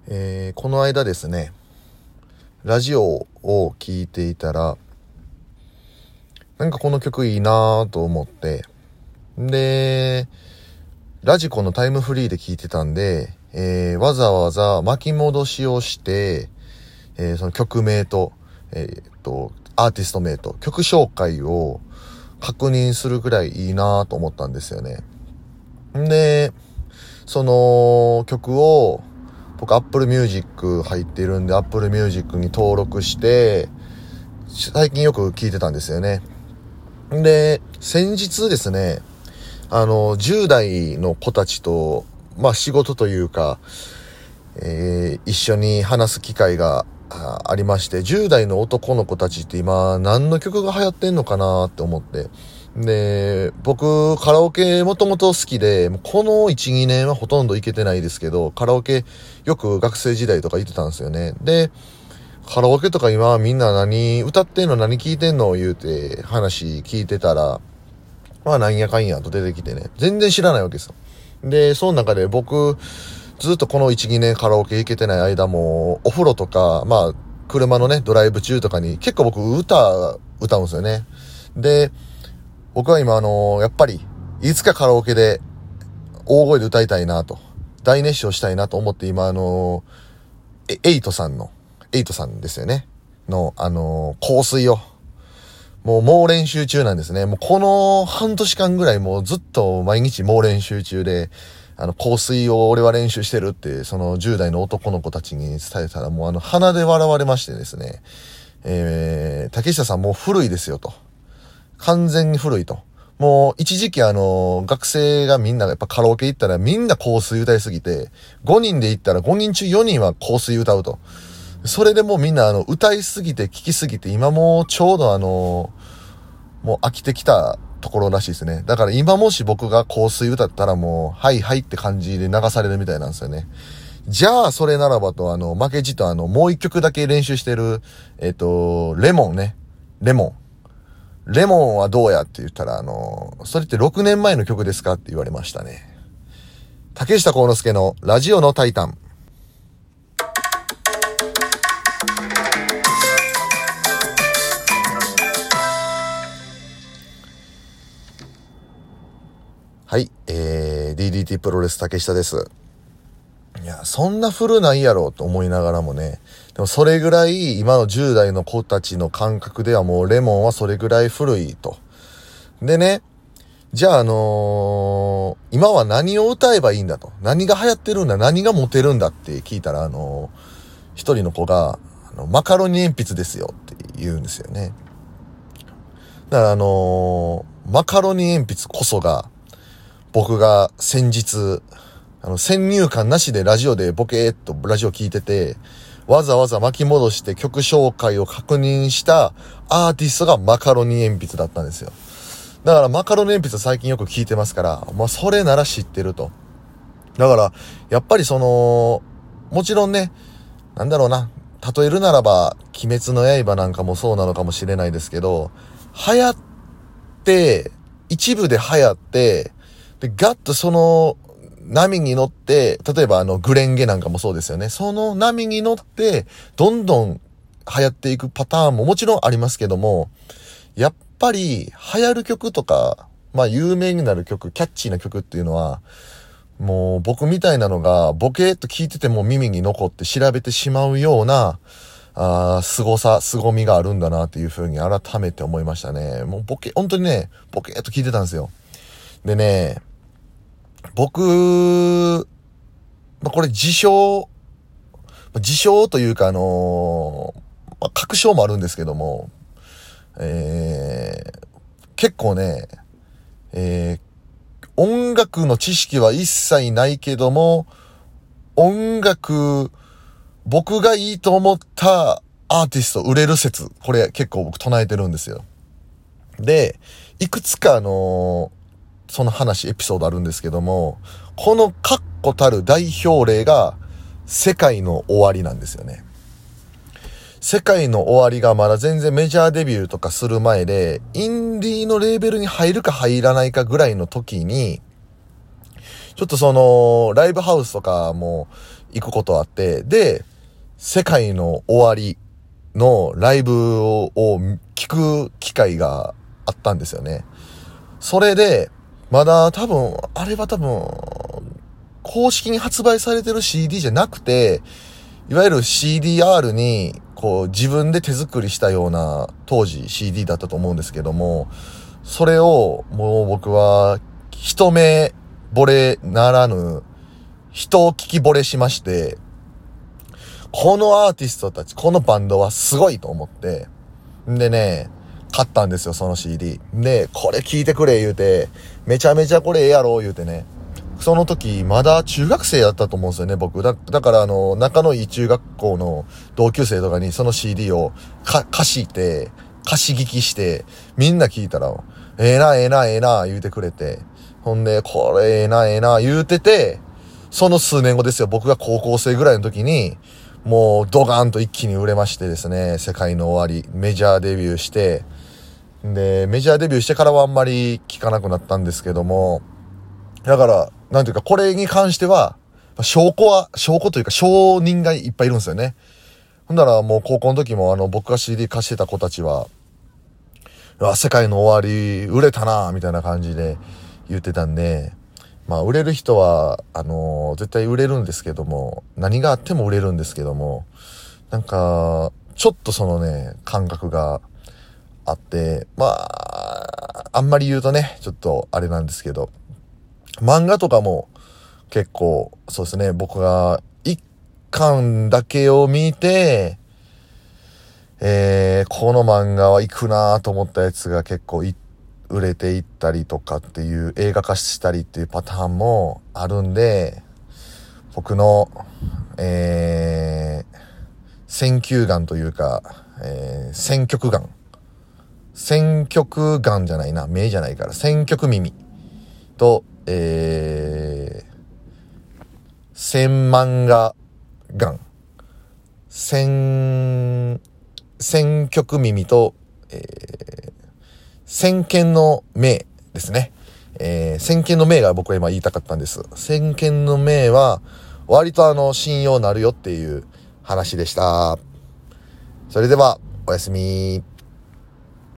この間ですね、ラジオを聴いていたら、なんかこの曲いいなぁと思って、で、ラジコのタイムフリーで聴いてたんで、わざわざ巻き戻しをして、その曲名と、アーティスト名と曲紹介を確認するくらいいいなぁと思ったんですよね。で、その曲を僕 Apple Music 入ってるんで Apple Music に登録して最近よく聴いてたんですよね。で、先日ですね、10代の子たちと仕事というか、一緒に話す機会がありまして、10代の男の子たちって今何の曲が流行ってんのかなって思って、で、僕カラオケもともと好きで、この 1,2 年はほとんど行けてないですけど、カラオケよく学生時代とか行ってたんですよね。で、カラオケとか今みんな何歌ってんの何聞いてんの言うて話聞いてたら、なんやかんやと出てきてね、全然知らないわけですよ。で、その中で僕ずっとこの 1,2 年カラオケ行けてない間もお風呂とか車のねドライブ中とかに結構僕歌うんですよね。で、僕は今やっぱりいつかカラオケで大声で歌いたいなと、大熱唱したいなと思って今エイトさんですよねの香水を猛練習中なんですね。もうこの半年間ぐらいもうずっと毎日猛練習中で、香水を俺は練習してるってその10代の男の子たちに伝えたらもう鼻で笑われましてですね、竹下さんもう古いですよと。完全に古いと。もう一時期学生がみんなやっぱカラオケ行ったらみんな香水歌いすぎて、5人で行ったら5人中4人は香水歌うと。それでもうみんな歌いすぎて聴きすぎて今もうちょうどもう飽きてきたところらしいですね。だから今もし僕が香水歌ったらもうはいはいって感じで流されるみたいなんですよね。じゃあそれならばと負けじともう一曲だけ練習してるレモンはどうやって言ったらそれって6年前の曲ですかって言われましたね。竹下幸之助のラジオのタイタン。はい、DDT プロレス竹下です。いや、そんな古ないやろと思いながらもね、でもそれぐらい今の10代の子たちの感覚ではもうレモンはそれぐらい古いと。でね、じゃあ今は何を歌えばいいんだと。何が流行ってるんだ、何がモテるんだって聞いたら一人の子がマカロニ鉛筆ですよって言うんですよね。だからマカロニ鉛筆こそが僕が先日先入観なしでラジオでボケーっとラジオ聞いてて、わざわざ巻き戻して曲紹介を確認したアーティストがマカロニ鉛筆だったんですよ。だからマカロニ鉛筆最近よく聞いてますから、それなら知ってると。だからやっぱりもちろんね、なんだろうな、例えるならば鬼滅の刃なんかもそうなのかもしれないですけど、流行って一部で流行ってでガッとその波に乗って、例えばグレンゲなんかもそうですよね。その波に乗ってどんどん流行っていくパターンももちろんありますけども、やっぱり流行る曲とか有名になる曲、キャッチーな曲っていうのはもう僕みたいなのがボケーっと聞いてても耳に残って調べてしまうような凄みがあるんだなっていう風に改めて思いましたね。もう本当にね、ボケーっと聞いてたんですよ。でね、僕、これ自称というか確証もあるんですけども、結構ね、音楽の知識は一切ないけども、僕がいいと思ったアーティスト売れる説、これ結構僕唱えてるんですよ。で、いくつかその話エピソードあるんですけども、この確固たる代表例が世界の終わりなんですよね。世界の終わりがまだ全然メジャーデビューとかする前で、インディーのレーベルに入るか入らないかぐらいの時に、 ちょっとその、ライブハウスとかも行くことあって、で、世界の終わりのライブを聞く機会があったんですよね。それで、まだ多分、あれは多分、公式に発売されてる CD じゃなくて、いわゆる CDR に、こう自分で手作りしたような当時 CD だったと思うんですけども、それをもう僕は一目惚れならぬ、人を聞き惚れしまして、このアーティストたち、このバンドはすごいと思って、でね、買ったんですよ、その CD。で、これ聞いてくれ言うて、めちゃめちゃこれええやろ言うてね。その時、まだ中学生だったと思うんですよね、僕。だから仲のいい中学校の同級生とかにその CD を貸し聞きして、みんな聞いたら、ええな、ええな、ええな、言うてくれて。ほんで、これええな、ええな、言うてて、その数年後ですよ、僕が高校生ぐらいの時に、もうドガーンと一気に売れましてですね、世界の終わり、メジャーデビューして、で、メジャーデビューしてからはあんまり聞かなくなったんですけども、だから、なんていうか、これに関しては、証拠というか証人がいっぱいいるんですよね。ほんならもう高校の時も僕が CD 貸してた子たちは、世界の終わり、売れたなみたいな感じで言ってたんで、まあ売れる人は、絶対売れるんですけども、何があっても売れるんですけども、なんか、ちょっとそのね、感覚があって、まあ、あんまり言うとね、ちょっとあれなんですけど、漫画とかも結構、そうですね、僕が一巻だけを見て、この漫画は行くなと思ったやつが結構売れていったりとかっていう映画化したりっていうパターンもあるんで、僕の、選球眼というか、選曲眼じゃないな、目じゃないから、選曲耳と、選漫画眼、選曲耳と、先見の明ですね。先見の明が僕は今言いたかったんです。先見の明は割と信用なるよっていう話でした。それではおやすみ。